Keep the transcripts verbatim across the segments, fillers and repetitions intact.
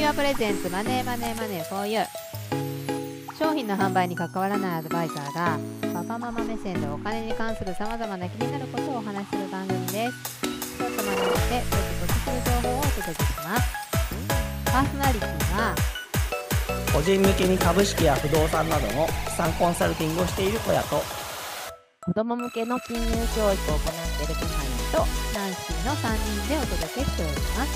アプレゼンツマネーマネーマネー フォーユー。 商品の販売に関わらないアドバイザーがパパママ目線でお金に関するさまざまな気になることをお話しする番組です。ちょっと学んでちょっと得する情報をお届けします。パーソナリティは個人向けに株式や不動産などの資産コンサルティングをしている小屋と、 子ども向けの金融教育を行っているビハインとナンシーのさんにんでお届けしております。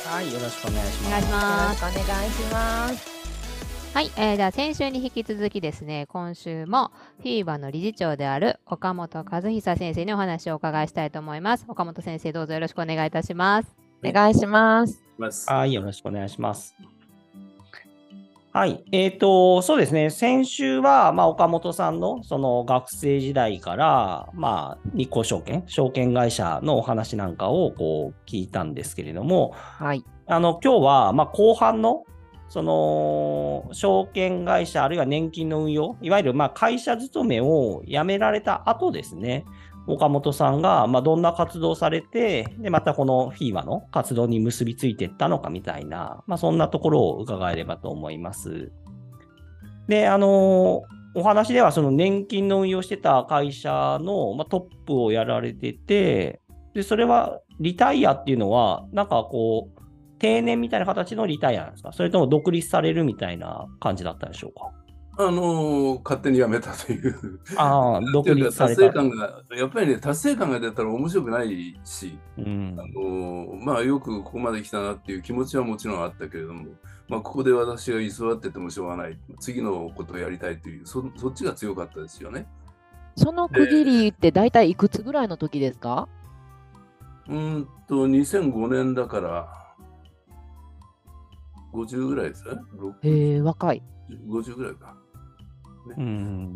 はい、よろしくお願いしお願いします。 ます。 よろしくお願いします。 はい、えー、では先週に引き続きですね、今週もフィーバの理事長である岡本和久先生にお話をお伺いしたいと思います。岡本先生、どうぞよろしくお願いいたします。 お願いします。 はい、よろしくお願いします。はい、えっと、そうですね、先週は、まあ、岡本さんのその学生時代から、まあ、日興証券、証券会社のお話なんかをこう聞いたんですけれども、 はい。 あの、今日は、まあ、後半の、その、証券会社あるいは年金の運用、いわゆる、まあ、会社勤めを辞められた後ですね、岡本さんが、まあ、どんな活動をされて、で、またこのフィーバの活動に結びついていったのかみたいな、まあ、そんなところを伺えればと思います。で、あの、お話では、その年金の運用してた会社の、まあ、トップをやられてて、で、それは、リタイアっていうのは、なんかこう、定年みたいな形のリタイアなんですか？それとも独立されるみたいな感じだったでしょうか？ あのー、勝手に辞めたというああ、独立された。 達成感が、やっぱりね、達成感が出たら面白くないし、 うん、 あのー、まあよくここまで来たなっていう気持ちはもちろんあったけれども、まあここで私が居座っててもしょうがない、次のことをやりたいという、そ、そっちが強かったですよね。 その区切りって大体いくつぐらいの時ですか？ うーんと、にせんごねんだから、ごじゅうぐらいですね。 へえ、若い。 ごじゅうぐらいか。 ね、うん。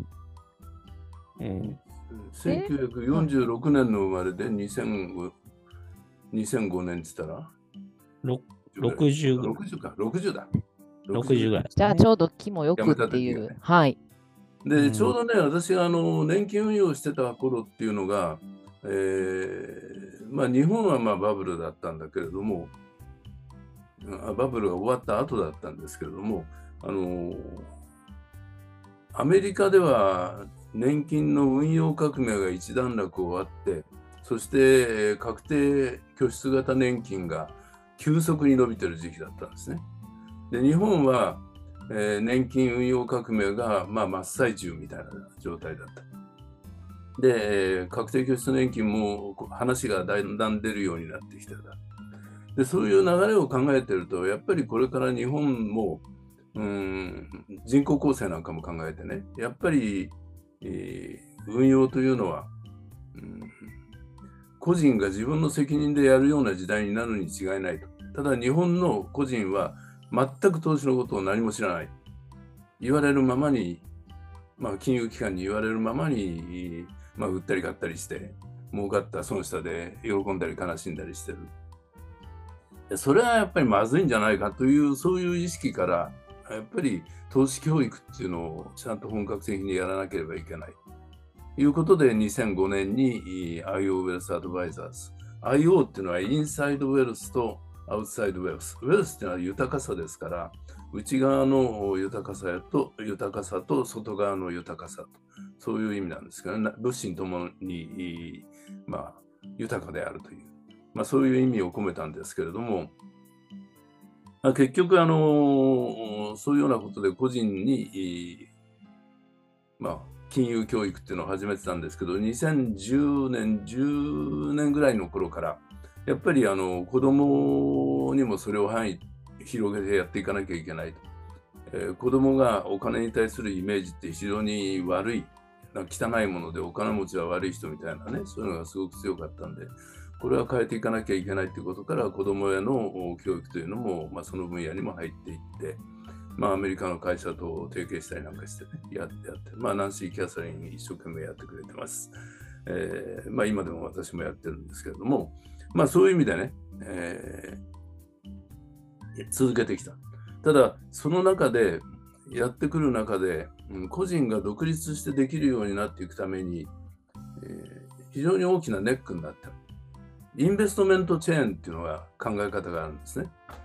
えー、 せんきゅうひゃくよんじゅうろくねんの生まれでにせんご、にせんごねんって言ったらろくじゅうぐらい。 ろくじゅうか、ろくじゅうだ。 ろくじゅうぐらい、ね。 じゃあちょうど気もよくっていう。ね、はい。 で、うん、ちょうどね、私があの年金運用してた頃っていうのが、えー、まあ日本はまあバブルだったんだけれども、バブルが終わった後だったんですけれども、あのアメリカでは年金の運用革命が一段落終わって、そして確定拠出型年金が急速に伸びてる時期だったんですね。で、日本は、えー、年金運用革命が、まあ、真っ最中みたいな状態だった。で、確定拠出年金も話がだんだん出るようになってきてた。で、そういう流れを考えてると、やっぱりこれから日本もうーん人口構成なんかも考えてね、やっぱり、えー、運用というのは、うん、個人が自分の責任でやるような時代になるに違いないと。ただ日本の個人は全く投資のことを何も知らない。言われるままに、まあ、金融機関に言われるままに、まあ、売ったり買ったりして、儲かった損したで喜んだり悲しんだりしてる。それはやっぱりまずいんじゃないかという、そういう意識から、やっぱり投資教育っていうのをちゃんと本格的にやらなければいけない。ということで、にせんごねんに アイオー ウェルスアドバイザーズ。アイオー っていうのはインサイドウェルスとアウトサイドウェルス。ウェルスっていうのは豊かさですから、内側の豊かさと豊かさと外側の豊かさと、そういう意味なんですけど、ね、物心ともに、まあ、豊かであるという、まあ、そういう意味を込めたんですけれども、結局、あの、そういうようなことで個人に、まあ、金融教育っていうのを始めてたんですけど、にせんじゅうねん、じゅうねんぐらいの頃から、やっぱりあの子供にもそれを範囲広げてやっていかなきゃいけないと。えー、子供がお金に対するイメージって非常に悪い、汚いものでお金持ちは悪い人みたいなね、そういうのがすごく強かったんで、これは変えていかなきゃいけないということから、子供への教育というのも、まあ、その分野にも入っていって、まあ、アメリカの会社と提携したりなんかしてね、やってやって、まあ、ナンシー・キャサリン一生懸命やってくれてます。えー、まあ、今でも私もやってるんですけれども、まあ、そういう意味でね、えー、続けてきた。ただ、その中で、やってくる中で、うん、個人が独立してできるようになっていくために、えー、非常に大きなネックになってる。インベストメントチェーンっていうのが考え方があるんですね。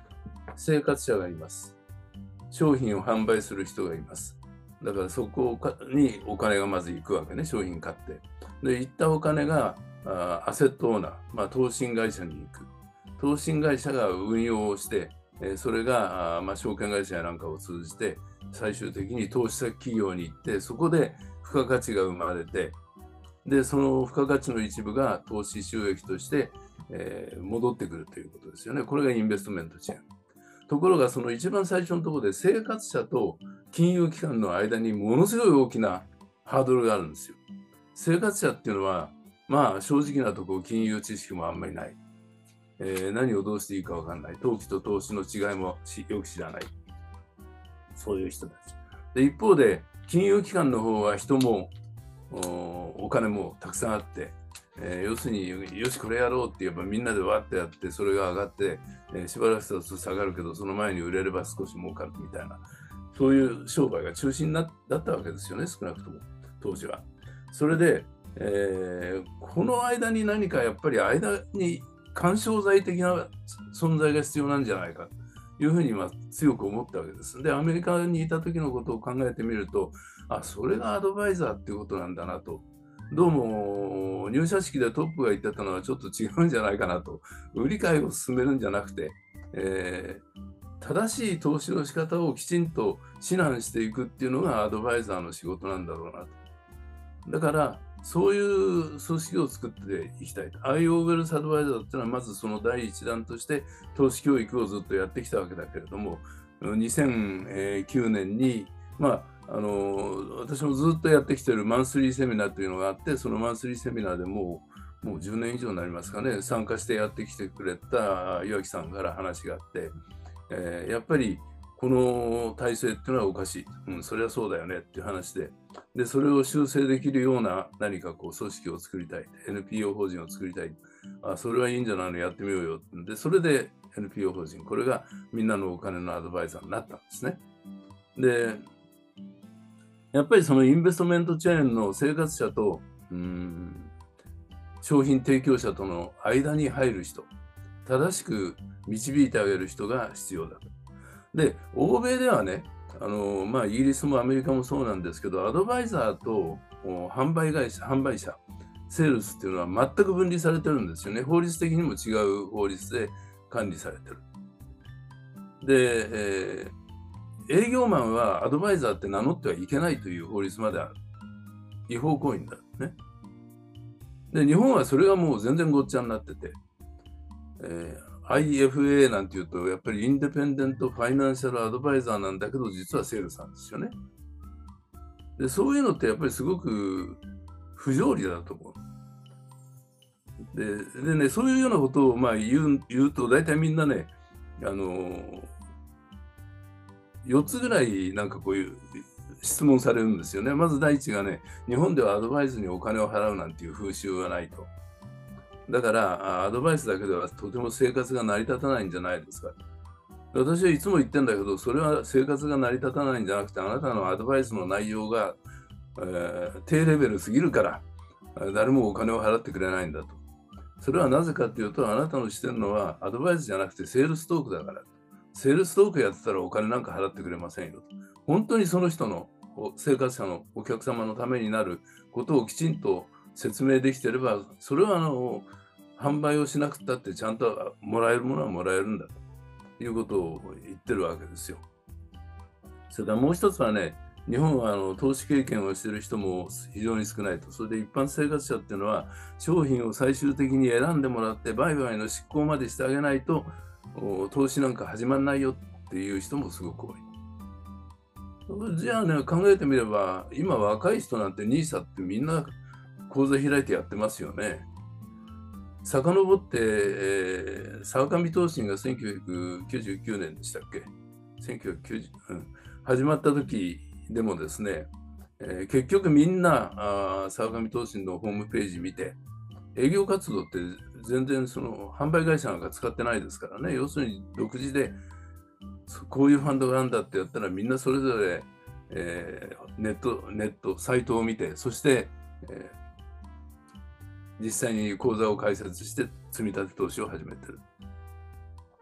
生活者がいます。商品を販売する人がいます。だからそこにお金がまず行くわけね、商品買って。で、行ったお金があアセットオーナー、まあ、投信会社に行く。投信会社が運用をして、えー、それがあ、まあ、証券会社やなんかを通じて、最終的に投資先企業に行って、そこで付加価値が生まれて、で、その付加価値の一部が投資収益として、えー、戻ってくるということですよね。これがインベストメントチェーン。ところが、その一番最初のところで生活者と金融機関の間にものすごい大きなハードルがあるんですよ。生活者っていうのは、まあ正直なところ金融知識もあんまりない。えー、何をどうしていいか分かんない。投機と投資の違いもよく知らない。そういう人たち。で、一方で、金融機関の方は人も お, お金もたくさんあって、えー、要するに、よし、これやろうって言えばみんなでわってやって、それが上がって、えー、しばらくすると下がるけど、その前に売れれば少し儲かるみたいな、そういう商売が中心だったわけですよね、少なくとも、当時は。それで、えー、この間に何かやっぱり間に緩衝材的な存在が必要なんじゃないかというふうに今強く思ったわけです。で、アメリカにいた時のことを考えてみると、あ、それがアドバイザーっていうことなんだなと。どうも入社式でトップが言ってたのはちょっと違うんじゃないかなと。売り買いを進めるんじゃなくて、えー、正しい投資の仕方をきちんと指南していくっていうのがアドバイザーの仕事なんだろうなと。だからそういう組織を作っていきたい。アイオーウェルスアドバイザーっていうのはまずその第一弾として投資教育をずっとやってきたわけだけれども、にせんきゅうねんにまああの私もずっとやってきているマンスリーセミナーというのがあって、そのマンスリーセミナーでもう、もうじゅうねん以上になりますかね、参加してやってきてくれた岩木さんから話があって、えー、やっぱりこの体制っていうのはおかしい、うん、それはそうだよねっていう話で、でそれを修正できるような何かこう組織を作りたい、エヌピーオー 法人を作りたい、あ、それはいいんじゃないの、やってみようよ。で、それで エヌピーオー 法人、これがみんなのお金のアドバイザーになったんですね。で、やっぱりそのインベストメントチェーンの生活者とうーん商品提供者との間に入る人、正しく導いてあげる人が必要だと。で、欧米ではね、あのまあ、イギリスもアメリカもそうなんですけど、アドバイザーと販売会社、販売者、セールスっていうのは全く分離されてるんですよね。法律的にも違う法律で管理されてる。で、えー営業マンはアドバイザーって名乗ってはいけないという法律まである。違法行為になるね。で、日本はそれがもう全然ごっちゃになってて、えー、アイエフエー なんていうと、やっぱりインデペンデントファイナンシャルアドバイザーなんだけど、実はセールスなんですよね。で、そういうのってやっぱりすごく不条理だと思う。で、でね、そういうようなことをまあ言う、言うと、大体みんなね、あのー、よっつぐらいなんかこういう質問されるんですよね。まず第一がね、日本ではアドバイスにお金を払うなんていう風習はないと。だからアドバイスだけではとても生活が成り立たないんじゃないですか。私はいつも言ってんだけど、それは生活が成り立たないんじゃなくて、あなたのアドバイスの内容が、えー、低レベルすぎるから誰もお金を払ってくれないんだと。それはなぜかというと、あなたのしてるのはアドバイスじゃなくてセールストークだから。セールストークやってたらお金なんか払ってくれませんよと。本当にその人の生活者のお客様のためになることをきちんと説明できていれば、それはあの販売をしなくたってちゃんともらえるものはもらえるんだということを言ってるわけですよ。それからもう一つはね、日本はあの投資経験をしている人も非常に少ないと。それで一般生活者っていうのは商品を最終的に選んでもらって売買の執行までしてあげないと投資なんか始まらないよっていう人もすごく多い。じゃあね、考えてみれば、今若い人なんて ニーサ ってみんな口座開いてやってますよね。遡って、えー、沢上投信がせんきゅうひゃくきゅうじゅうきゅうねんでしたっけ、せんきゅうひゃくきゅうじゅう、うん、始まった時でもですね、えー、結局みんなあ沢上投信のホームページ見て、営業活動って全然その販売会社なんか使ってないですからね。要するに独自でこういうファンドがあるんだってやったら、みんなそれぞれ、えー、ネット、ネット、サイトを見て、そして、えー、実際に口座を開設して積み立て投資を始めてる。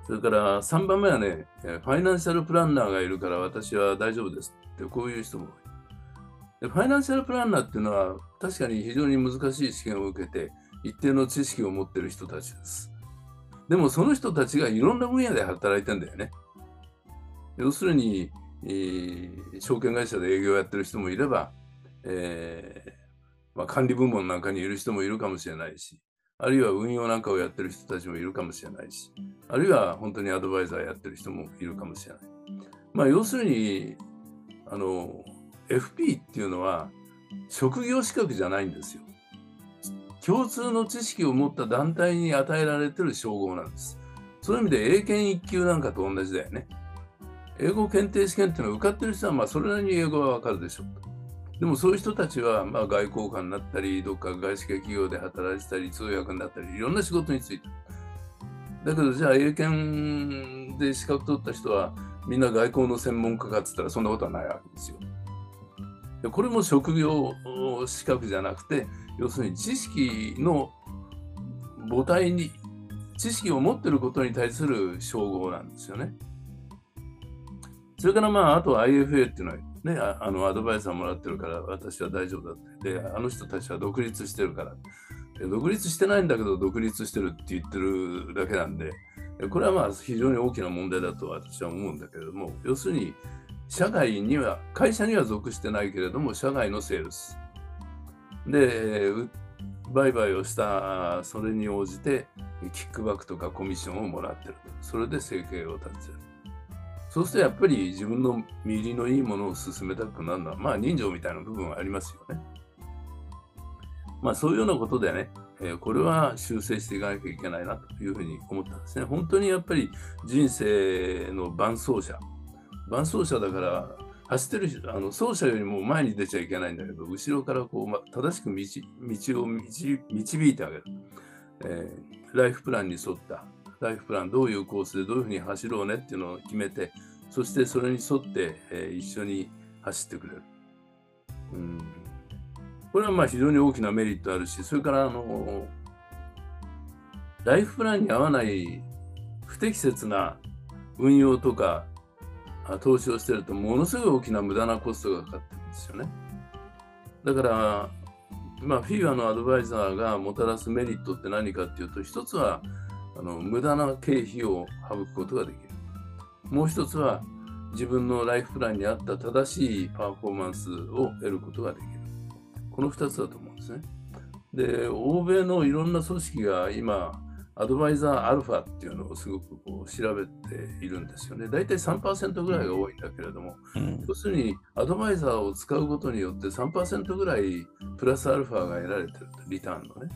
それからさんばんめはね、ファイナンシャルプランナーがいるから私は大丈夫ですってこういう人も多い。でファイナンシャルプランナーっていうのは確かに非常に難しい試験を受けて一定の知識を持っている人たちです。でもその人たちがいろんな分野で働いてんだよね。要するに、えー、証券会社で営業をやってる人もいれば、えーまあ、管理部門なんかにいる人もいるかもしれないし、あるいは運用なんかをやってる人たちもいるかもしれないし、あるいは本当にアドバイザーやってる人もいるかもしれない。まあ、要するにあの エフピー っていうのは職業資格じゃないんですよ。共通の知識を持った団体に与えられてる称号なんです。そういう意味で英検いっ級なんかと同じだよね。英語検定試験っていうのは受かってる人はまあそれなりに英語はわかるでしょう。でもそういう人たちはまあ外交官になったり、どっか外資系企業で働いてたり、通訳になったり、いろんな仕事について。だけどじゃあ英検で資格取った人はみんな外交の専門家かっつったらそんなことはないわけですよ。でこれも職業資格じゃなくて、要するに知識の母体に、知識を持っていることに対する称号なんですよね。それからまあ、あと アイエフエー っていうのはね、ああのアドバイザーもらってるから私は大丈夫だって。で、あの人たちは独立してるから。で独立してないんだけど独立してるって言ってるだけなんで、これはまあ非常に大きな問題だと私は思うんだけれども、要するに社外には、会社には属してないけれども、社外のセールス。で、売買をしたそれに応じてキックバックとかコミッションをもらってる。それで生計を立ててる。そうするとやっぱり自分の身入りのいいものを進めたくなるのは、まあ人情みたいな部分はありますよね。まあそういうようなことでね、えー、これは修正していかなきゃいけないなというふうに思ったんですね。本当にやっぱり人生の伴走者、伴走者だから走ってるあの走者よりも前に出ちゃいけないんだけど、後ろからこう、ま、正しく道、道を導、導いてあげる、えー。ライフプランに沿った、ライフプラン、どういうコースでどういうふうに走ろうねっていうのを決めて、そしてそれに沿って、えー、一緒に走ってくれる。うんこれはまあ非常に大きなメリットあるし、それからあのライフプランに合わない不適切な運用とか投資をしてるとものすごい大きな無駄なコストがかかってるんですよね。だから、まあ、フィーバーのアドバイザーがもたらすメリットって何かっていうと、一つはあの無駄な経費を省くことができる。もう一つは自分のライフプランに合った正しいパフォーマンスを得ることができる。このふたつだと思うんですね。で、欧米のいろんな組織が今、アドバイザーアルファっていうのをすごくこう調べているんですよね。大体 さんパーセント ぐらいが多いんだけれども、うん、要するにアドバイザーを使うことによって さんパーセント ぐらいプラスアルファが得られてると、リターンのね。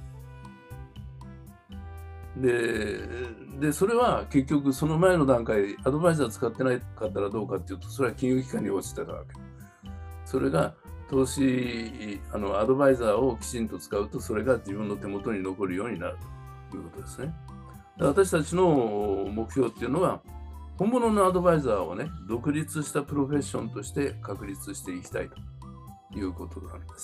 で、で、それは結局その前の段階、アドバイザー使ってないかったらどうかっていうと、それは金融機関に落ちてたわけ。それが投資あのアドバイザーをきちんと使うと、それが自分の手元に残るようになるということですね。私たちの目標っていうのは、本物のアドバイザーをね、独立したプロフェッションとして確立していきたいということなんです。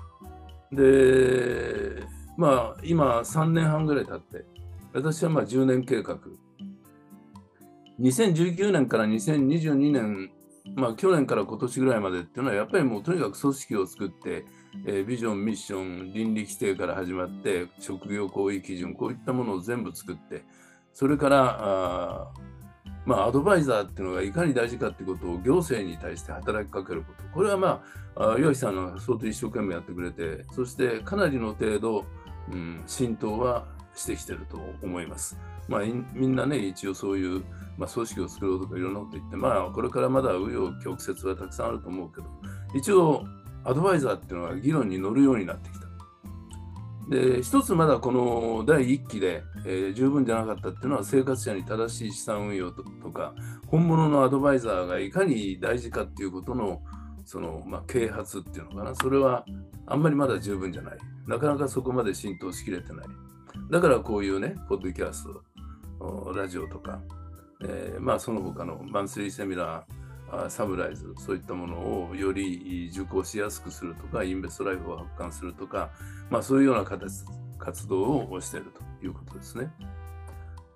で、まあ、今さんねんはんぐらい経って、私はまあじゅうねん計画。にせんじゅうきゅうねんからにせんにじゅうにねん、まあ、去年から今年ぐらいまでっていうのはやっぱりもうとにかく組織を作って、えー、ビジョン、ミッション、倫理規定から始まって職業行為基準、こういったものを全部作って、それからあ、まあ、アドバイザーっていうのがいかに大事かってことを行政に対して働きかけること、これはまあ岩木さんが相当一生懸命やってくれて、そしてかなりの程度、うん、浸透はしてきてると思います。まあ、みんなね、一応そういうまあ、組織を作ろうとかいろんなこと言って、まあ、これからまだ紆余曲折はたくさんあると思うけど、一応、アドバイザーっていうのは議論に乗るようになってきた。で、一つまだこのだいいっきで、えー、十分じゃなかったっていうのは、生活者に正しい資産運用 と, とか、本物のアドバイザーがいかに大事かっていうことの、その、まあ、啓発っていうのかな、それはあんまりまだ十分じゃない。なかなかそこまで浸透しきれてない。だからこういうね、ポッドキャスト、ラジオとか、えー、まあその他のマンスリーセミナー、サムライズ、そういったものをより受講しやすくするとか、インベストライフを発刊するとか、まあそういうような形活動をしているということですね。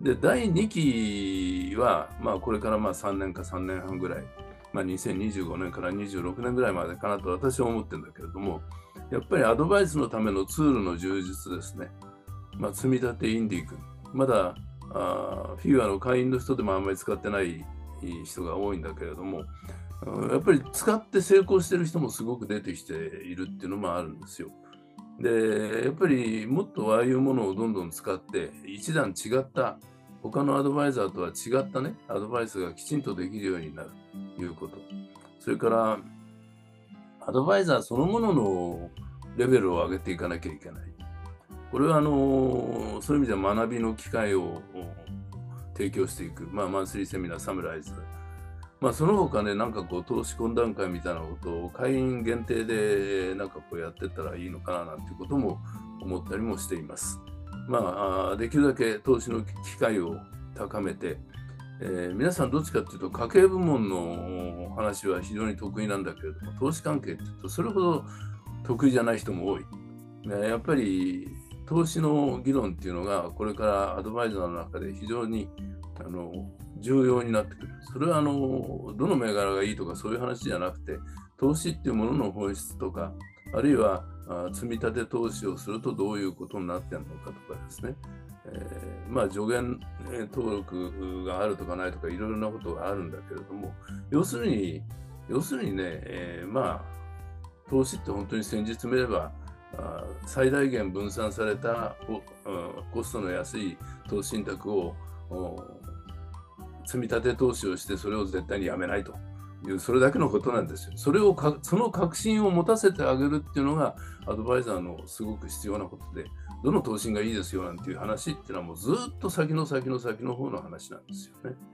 で、だいにきは、まあ、これからまあさんねんかさんねんはんぐらい、まあ、にせんにじゅうごねんからにじゅうろくねんぐらいまでかなと私は思ってるんだけれども、やっぱりアドバイスのためのツールの充実ですね。まあ、積み立てインディー君、まだあフィギュアの会員の人でもあんまり使ってない人が多いんだけれども、やっぱり使って成功してる人もすごく出てきているっていうのもあるんですよ。で、やっぱりもっとああいうものをどんどん使って、一段違った他のアドバイザーとは違ったね、アドバイスがきちんとできるようになるということ。それから、アドバイザーそのもののレベルを上げていかなきゃいけない。これはあのそういう意味では学びの機会を提供していく。まあ、マンスリーセミナー、サムライズ。まあ、その他ね、なんかこう、投資懇談会みたいなことを会員限定でなんかこうやってったらいいのかななんていうことも思ったりもしています。まあ、できるだけ投資の機会を高めて、えー、皆さんどっちかっていうと家計部門の話は非常に得意なんだけれども、投資関係っていうとそれほど得意じゃない人も多い。ね、やっぱり投資の議論っていうのがこれからアドバイザーの中で非常にあの重要になってくる。それはあのどの銘柄がいいとかそういう話じゃなくて、投資っていうものの本質とか、あるいは積み立て投資をするとどういうことになっているのかとかですね、えー、まあ助言登録があるとかないとかいろいろなことがあるんだけれども、要するに要するにね、えー、まあ投資って本当に先日見れば最大限分散されたコストの安い投資信託を積み立て投資をしてそれを絶対にやめないというそれだけのことなんですよ。それをかその確信を持たせてあげるっていうのがアドバイザーのすごく必要なことで、どの投資がいいですよなんていう話っていうのはもうずっと先の先の先の方の話なんですよね。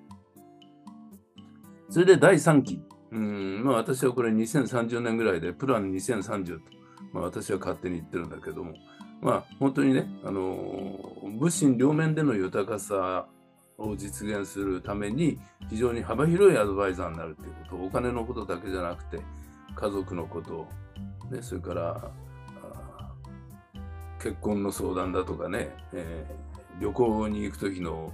それでだいさんき、うんまあ、私はこれにせんさんじゅうねんぐらいでプランにせんさんじゅうと、まあ、私は勝手に言ってるんだけども、まあ本当にね、あの物心両面での豊かさを実現するために非常に幅広いアドバイザーになるということ、お金のことだけじゃなくて家族のこと、ね、それから結婚の相談だとかね、えー、旅行に行くときの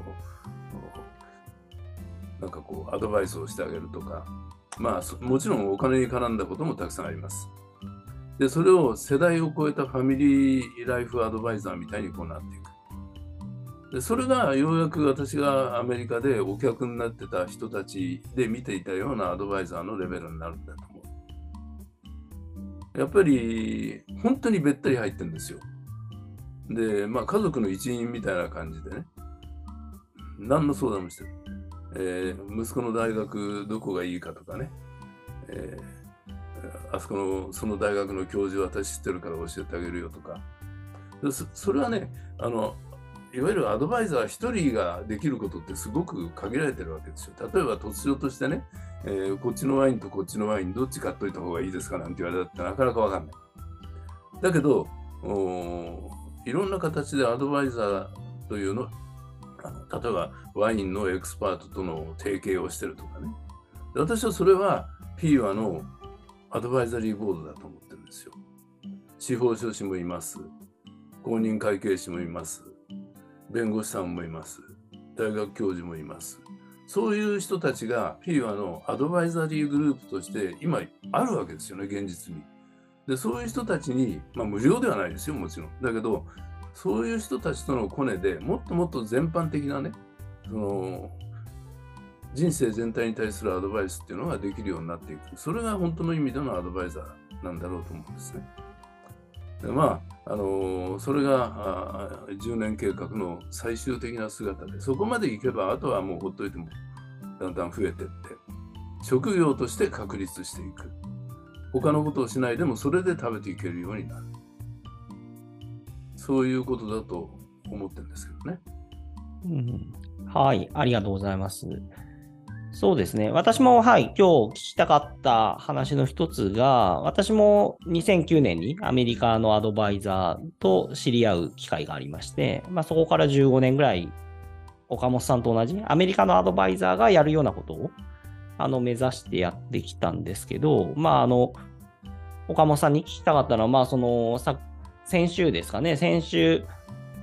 なんかこうアドバイスをしてあげるとか、まあもちろんお金に絡んだこともたくさんあります。でそれを世代を超えたファミリーライフアドバイザーみたいにこうなっていく。でそれがようやく私がアメリカでお客になってた人たちで見ていたようなアドバイザーのレベルになるんだと思う。やっぱり本当にべったり入ってるんですよ。で、まあ家族の一員みたいな感じでね、何の相談もしてる。えー、息子の大学どこがいいかとかね、えー、あそこのその大学の教授私知ってるから教えてあげるよとか。そ, それはね、あのいわゆるアドバイザー一人ができることってすごく限られてるわけですよ。例えば突如としてね、えー、こっちのワインとこっちのワインどっち買っといた方がいいですかなんて言われたってなかなかわかんない。だけどいろんな形でアドバイザーというの、あの例えばワインのエキスパートとの提携をしてるとかね。で私はそれは ピーワ のアドバイザリーボードだと思ってるんですよ。司法書士もいます。公認会計士もいます。弁護士さんもいます。大学教授もいます。そういう人たちが ピーワ のアドバイザリーグループとして今あるわけですよね、現実に。で、そういう人たちに、まあ無料ではないですよ、もちろん。だけど、そういう人たちとのコネでもっともっと全般的なね、その人生全体に対するアドバイスっていうのができるようになっていく。それが本当の意味でのアドバイザーなんだろうと思うんですね。でまあ、あのー、それがじゅうねん計画の最終的な姿で、そこまでいけば、あとはもうほっといてもだんだん増えていって、職業として確立していく。他のことをしないでもそれで食べていけるようになる。そういうことだと思ってるんですけどね。 うん、はい、ありがとうございます。そうですね。私も、はい、今日聞きたかった話の一つが、私もにせんきゅうねんにアメリカのアドバイザーと知り合う機会がありまして、まあ、そこからじゅうごねんぐらい、岡本さんと同じアメリカのアドバイザーがやるようなことをあの目指してやってきたんですけど、まあ、あの、岡本さんに聞きたかったのは、まあ、その、さ先週ですかね、先週、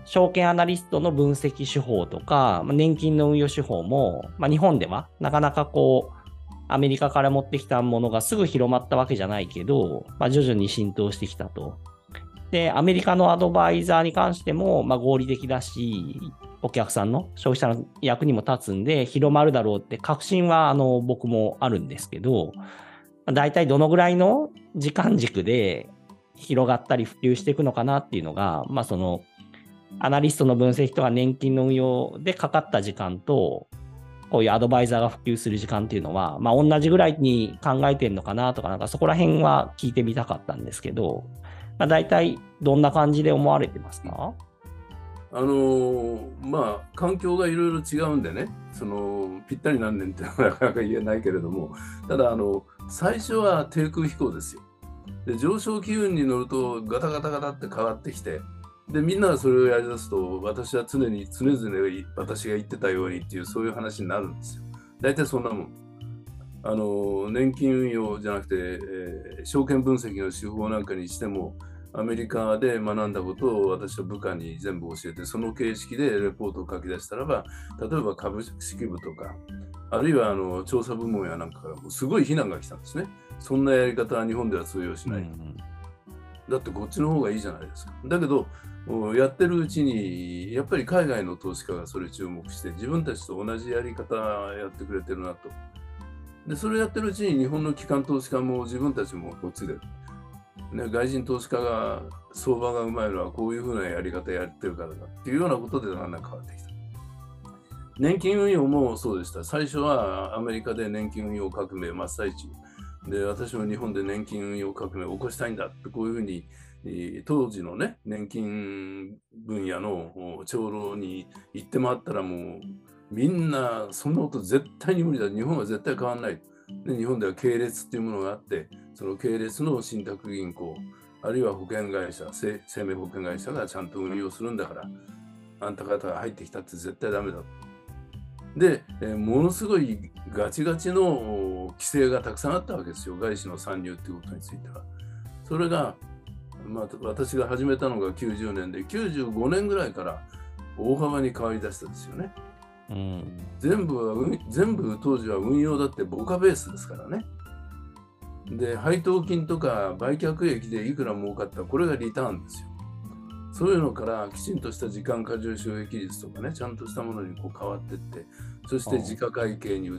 証券アナリストの分析手法とか、まあ、年金の運用手法も、まあ、日本ではなかなかこう、アメリカから持ってきたものがすぐ広まったわけじゃないけど、まあ、徐々に浸透してきたと。で、アメリカのアドバイザーに関しても、まあ、合理的だし、お客さんの消費者の役にも立つんで、広まるだろうって確信はあの僕もあるんですけど、だいたいどのぐらいの時間軸で広がったり普及していくのかなっていうのが、まあその、アナリストの分析とか年金の運用でかかった時間と、こういうアドバイザーが普及する時間っていうのは、まあ同じぐらいに考えてるのかなとか、なんかそこら辺は聞いてみたかったんですけど、まあ、大体どんな感じで思われてますか？ あのー、まあ環境がいろいろ違うんでね、そのぴったり何年ってなかなか言えないけれども、ただあの最初は低空飛行ですよ。で上昇気運に乗るとガタガタガタって変わってきて、でみんながそれをやりだすと、私は常に常々私が言ってたようにっていうそういう話になるんですよ。大体そんなもん。あの年金運用じゃなくて、えー、証券分析の手法なんかにしても、アメリカで学んだことを私は部下に全部教えて、その形式でレポートを書き出したらば、例えば株式部とか、あるいはあの調査部門やなんかからもすごい非難が来たんですね。そんなやり方は日本では通用しない。うん、だってこっちの方がいいじゃないですか。だけど、やってるうちに、やっぱり海外の投資家がそれ注目して、自分たちと同じやり方やってくれてるなと。で、それやってるうちに日本の機関投資家も自分たちもこっちで、ね、外人投資家が相場がうまいのはこういうふうなやり方やってるからだっていうようなことでだんだん変わってきた。年金運用もそうでした。最初はアメリカで年金運用革命真っ最中で、私も日本で年金運用革命を起こしたいんだってこういうふうに当時のね年金分野の長老に言って回ったら、もうみんなそんなこと絶対に無理だ、日本は絶対変わらない。で日本では系列っていうものがあって、その系列の信託銀行あるいは保険会社、生命保険会社がちゃんと運用するんだから、あんた方が入ってきたって絶対ダメだ。で、えー、ものすごいガチガチの規制がたくさんあったわけですよ、外資の参入っていうことについては。それが、まあ、私が始めたのがきゅうじゅうねんで、きゅうじゅうごねんぐらいから大幅に変わりだしたんですよね。うん、全部は全部当時は運用だって母価ベースですからね。で、配当金とか売却益でいくら儲かった、これがリターンですよ。そういうのからきちんとした時間過重収益率とかね、ちゃんとしたものにこう変わっていって、そして時価会計に移って、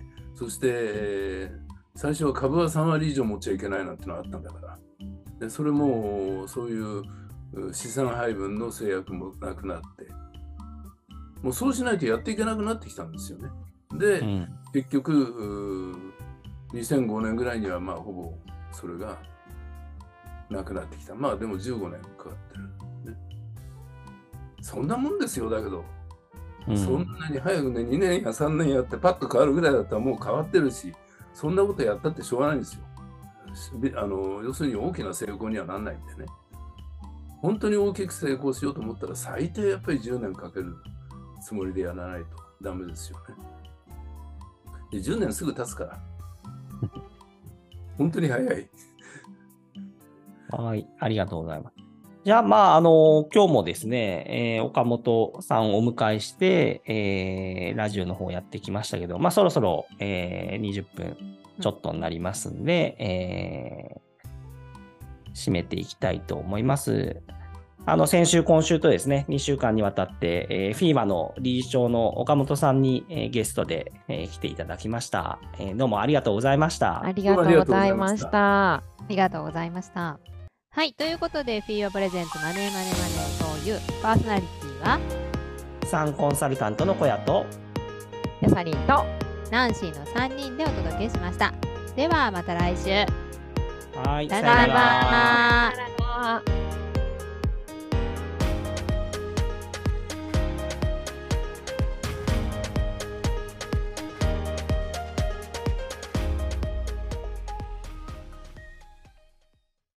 そして、えー、最初は株はさんわり以上持っちゃいけないなんてのがあったんだから。で、それもそういう資産配分の制約もなくなって、もうそうしないとやっていけなくなってきたんですよね。で、うん、結局にせんごねんぐらいにはまあほぼそれがなくなってきた。まあでもじゅうごねんかかってる。そんなもんですよ。だけど、うん、そんなに早くねにねんやさんねんやってパッと変わるぐらいだったらもう変わってるし、そんなことやったってしょうがないんですよ。あの要するに大きな成功にはならないんでね。本当に大きく成功しようと思ったら最低やっぱりじゅうねんかけるつもりでやらないとダメですよね。でじゅうねんすぐ経つから本当に早い。 はい、ありがとうございます。じゃあ、まあ、あの、今日もですね、えー、岡本さんをお迎えして、えー、ラジオの方やってきましたけど、まあ、そろそろ、えー、にじゅっぷんちょっとになりますんで、うん、えー、締めていきたいと思います。あの、先週、今週とですね、にしゅうかんにわたって、えー、フィーマの理事長の岡本さんに、えー、ゲストで、えー、来ていただきました、えー。どうもありがとうございました。 ありがとうございました。 ありがとうございました。はい、ということで、フィーバープレゼントマネーマネーマネーフォーユーパーソナリティはサンコンサルタントの小屋とキャサリンとナンシーのさんにんでお届けしました。ではまた来週。 はい、 さよなら。